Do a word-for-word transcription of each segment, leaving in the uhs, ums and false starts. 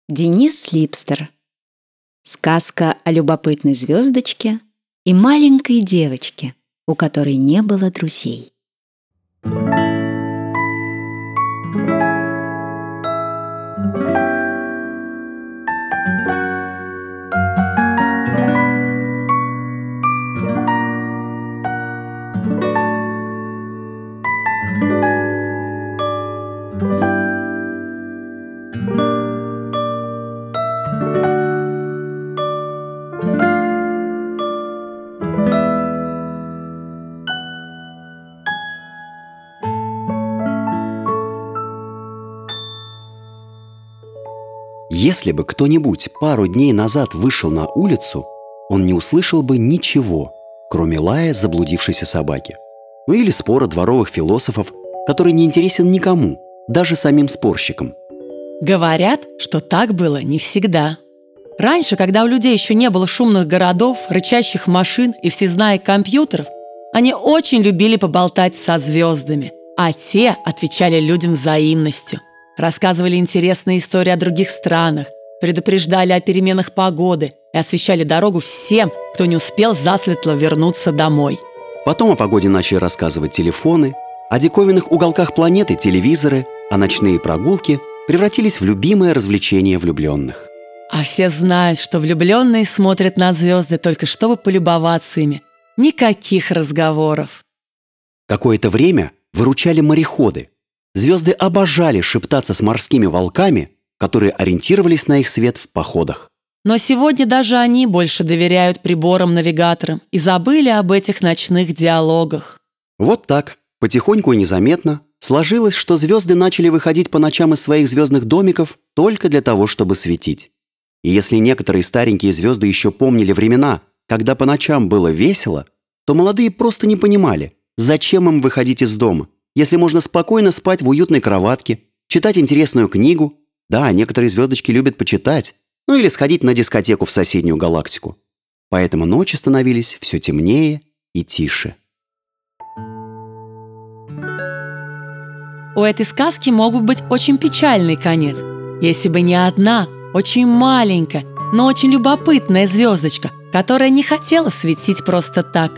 Денис Липстер. Сказка о любопытной звездочке и маленькой девочке, у которой не было друзей. Если бы кто-нибудь пару дней назад вышел на улицу, он не услышал бы ничего, кроме лая заблудившейся собаки. Ну или спора дворовых философов, который не интересен никому, даже самим спорщикам. Говорят, что так было не всегда. Раньше, когда у людей еще не было шумных городов, рычащих машин и всезнаек компьютеров, они очень любили поболтать со звездами, а те отвечали людям взаимностью. Рассказывали интересные истории о других странах, предупреждали о переменах погоды и освещали дорогу всем, кто не успел засветло вернуться домой. Потом о погоде начали рассказывать телефоны, о диковинных уголках планеты телевизоры, а ночные прогулки превратились в любимое развлечение влюбленных. А все знают, что влюбленные смотрят на звезды только чтобы полюбоваться ими. Никаких разговоров. Какое-то время выручали мореходы. Звезды обожали шептаться с морскими волками, которые ориентировались на их свет в походах. Но сегодня даже они больше доверяют приборам-навигаторам и забыли об этих ночных диалогах. Вот так, потихоньку и незаметно, сложилось, что звезды начали выходить по ночам из своих звездных домиков только для того, чтобы светить. И если некоторые старенькие звезды еще помнили времена, когда по ночам было весело, то молодые просто не понимали, зачем им выходить из дома, если можно спокойно спать в уютной кроватке, читать интересную книгу. Да, некоторые звездочки любят почитать, ну или сходить на дискотеку в соседнюю галактику. Поэтому ночи становились все темнее и тише. У этой сказки мог бы быть очень печальный конец, если бы не одна, очень маленькая, но очень любопытная звездочка, которая не хотела светить просто так.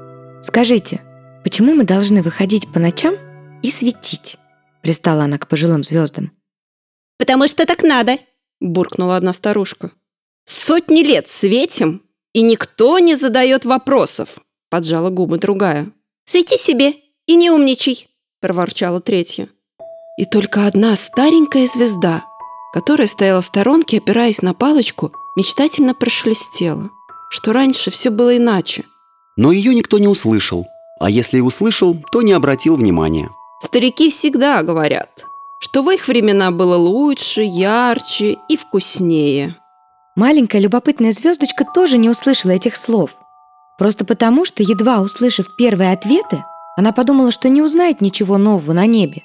Скажите, почему мы должны выходить по ночам и светить? Пристала она к пожилым звездам. «Потому что так надо», – буркнула одна старушка. «Сотни лет светим, и никто не задает вопросов», – поджала губы другая. «Свети себе и не умничай», – проворчала третья. И только одна старенькая звезда, которая стояла в сторонке, опираясь на палочку, мечтательно прошелестела, что раньше все было иначе. Но ее никто не услышал, а если и услышал, то не обратил внимания. Старики всегда говорят, что в их времена было лучше, ярче и вкуснее. Маленькая любопытная звездочка тоже не услышала этих слов. Просто потому, что, едва услышав первые ответы, она подумала, что не узнает ничего нового на небе.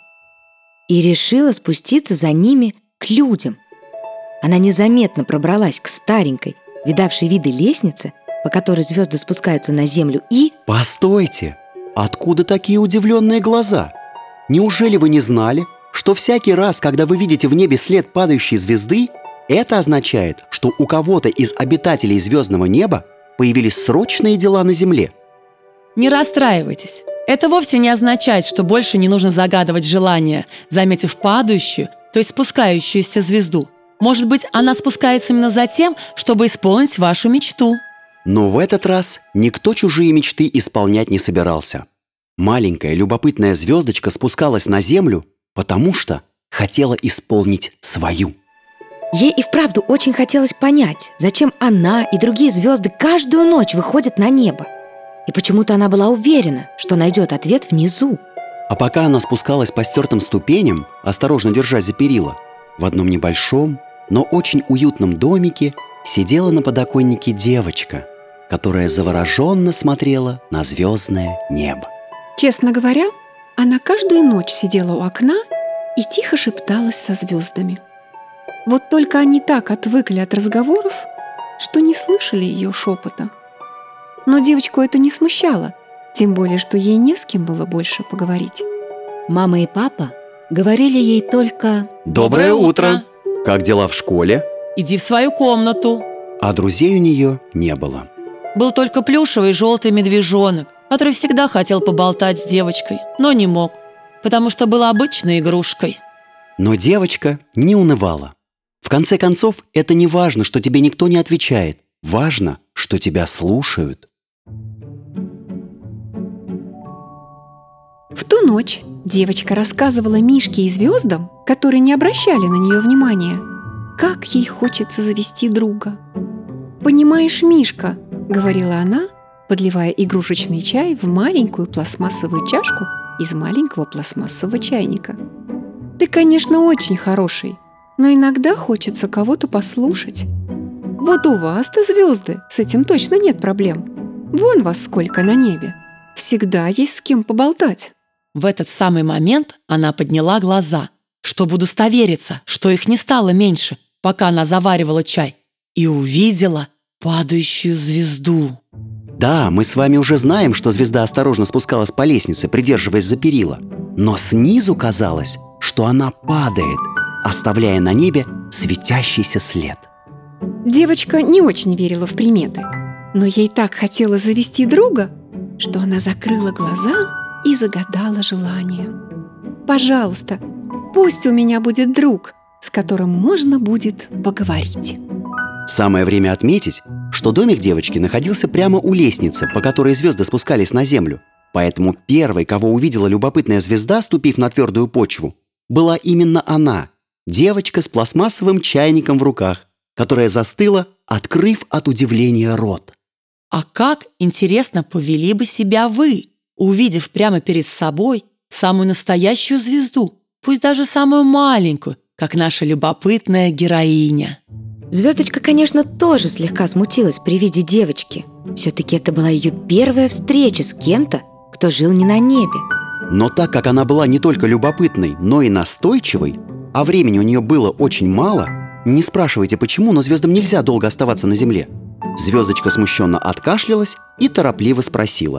И решила спуститься за ними к людям. Она незаметно пробралась к старенькой, видавшей виды лестнице, по которой звезды спускаются на землю, и... Постойте! Откуда такие удивленные глаза? Неужели вы не знали, что всякий раз, когда вы видите в небе след падающей звезды, это означает, что у кого-то из обитателей звездного неба появились срочные дела на Земле? Не расстраивайтесь. Это вовсе не означает, что больше не нужно загадывать желания, заметив падающую, то есть спускающуюся звезду. Может быть, она спускается именно за тем, чтобы исполнить вашу мечту. Но в этот раз никто чужие мечты исполнять не собирался. Маленькая любопытная звездочка спускалась на Землю, потому что хотела исполнить свою. Ей и вправду очень хотелось понять, зачем она и другие звезды каждую ночь выходят на небо. И почему-то она была уверена, что найдет ответ внизу. А пока она спускалась по стертым ступеням, осторожно держась за перила, в одном небольшом, но очень уютном домике сидела на подоконнике девочка, которая завороженно смотрела на звездное небо. Честно говоря, она каждую ночь сидела у окна и тихо шепталась со звездами. Вот только они так отвыкли от разговоров, что не слышали ее шепота. Но девочку это не смущало, тем более, что ей не с кем было больше поговорить. Мама и папа говорили ей только «Доброе утро! Как дела в школе? иди в свою комнату. А друзей у нее не было. Был только плюшевый желтый медвежонок, который всегда хотел поболтать с девочкой, но не мог, потому что был обычной игрушкой. Но девочка не унывала. В конце концов, это не важно, что тебе никто не отвечает. Важно, что тебя слушают. В ту ночь девочка рассказывала Мишке и звездам, которые не обращали на нее внимания, как ей хочется завести друга. «Понимаешь, Мишка», — говорила она, подливая игрушечный чай в маленькую пластмассовую чашку из маленького пластмассового чайника. «Ты, конечно, очень хороший, но иногда хочется кого-то послушать. Вот у вас-то, звезды, с этим точно нет проблем. Вон вас сколько на небе. Всегда есть с кем поболтать». В этот самый момент она подняла глаза, чтобы удостовериться, что их не стало меньше, пока она заваривала чай, и увидела падающую звезду. Да, мы с вами уже знаем, что звезда осторожно спускалась по лестнице, придерживаясь за перила. Но снизу казалось, что она падает, оставляя на небе светящийся след. Девочка не очень верила в приметы, но ей так хотелось завести друга, что она закрыла глаза и загадала желание. «Пожалуйста, пусть у меня будет друг, с которым можно будет поговорить». Самое время отметить, что домик девочки находился прямо у лестницы, по которой звезды спускались на землю. Поэтому первой, кого увидела любопытная звезда, ступив на твердую почву, была именно она, девочка с пластмассовым чайником в руках, которая застыла, открыв от удивления рот. А как, интересно, повели бы себя вы, увидев прямо перед собой самую настоящую звезду, пусть даже самую маленькую, как наша любопытная героиня? Звездочка, конечно, тоже слегка смутилась при виде девочки. Все-таки это была ее первая встреча с кем-то, кто жил не на небе. Но так как она была не только любопытной, но и настойчивой, а времени у нее было очень мало, не спрашивайте почему, но звездам нельзя долго оставаться на земле. Звездочка смущенно откашлялась и торопливо спросила: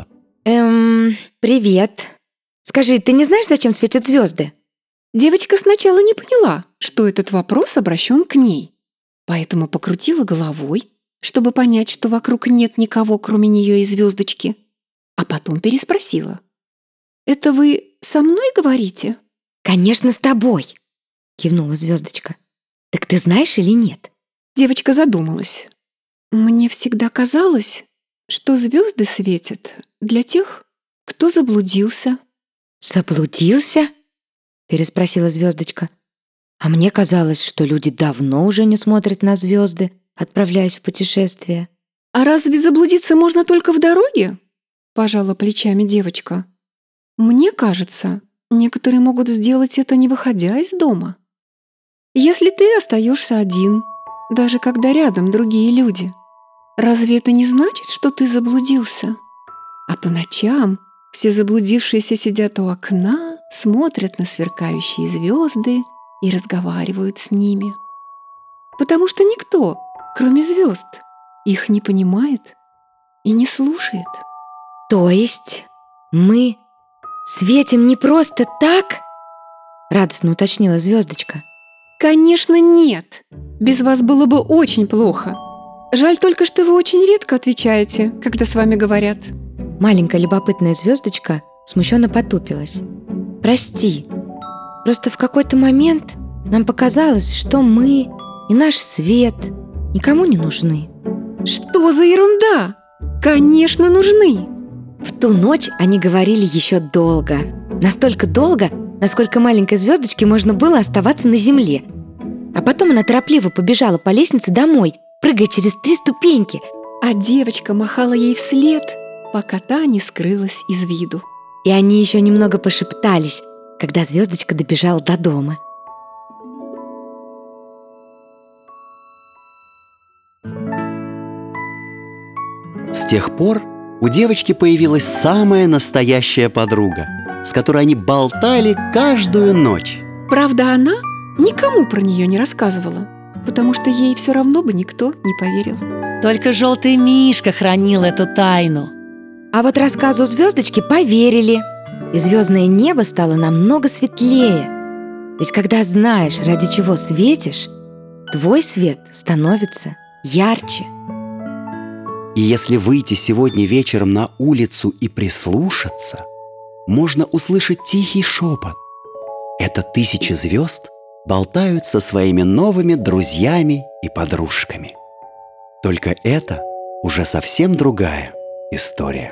Эм, привет. Скажи, ты не знаешь, зачем светят звезды? Девочка сначала не поняла, что этот вопрос обращен к ней, поэтому покрутила головой, чтобы понять, что вокруг нет никого, кроме нее и звездочки, а потом переспросила: «Это вы со мной говорите?» Конечно, с тобой, кивнула звездочка. Так ты знаешь или нет? Девочка задумалась. «Мне всегда казалось, что звезды светят для тех, кто заблудился». Заблудился? Переспросила звездочка. А мне казалось, что люди давно уже не смотрят на звезды, отправляясь в путешествие. «А разве заблудиться можно только в дороге?» Пожала плечами девочка. «Мне кажется, некоторые могут сделать это, не выходя из дома. Если ты остаешься один, даже когда рядом другие люди, разве это не значит, что ты заблудился? А по ночам все заблудившиеся сидят у окна, смотрят на сверкающие звезды и разговаривают с ними. Потому что никто, кроме звезд, их не понимает и не слушает». То есть мы светим не просто так? Радостно уточнила звездочка. «Конечно, нет. Без вас было бы очень плохо. Жаль только, что вы очень редко отвечаете, когда с вами говорят». Маленькая любопытная звездочка смущенно потупилась. Прости, просто в какой-то момент нам показалось, что мы и наш свет никому не нужны. «Что за ерунда? Конечно, нужны!» В ту ночь они говорили еще долго. Настолько долго, насколько маленькой звездочке можно было оставаться на земле. А потом она торопливо побежала по лестнице домой, прыгая через три ступеньки. А девочка махала ей вслед, пока та не скрылась из виду. И они еще немного пошептались, когда звездочка добежала до дома. С тех пор у девочки появилась самая настоящая подруга, с которой они болтали каждую ночь. Правда, она никому про нее не рассказывала, потому что ей все равно бы никто не поверил. Только желтый мишка хранил эту тайну. А вот рассказу звездочки поверили, и звездное небо стало намного светлее. Ведь когда знаешь, ради чего светишь, твой свет становится ярче. И если выйти сегодня вечером на улицу и прислушаться, можно услышать тихий шепот. Это тысячи звезд болтают со своими новыми друзьями и подружками. Только это уже совсем другая история.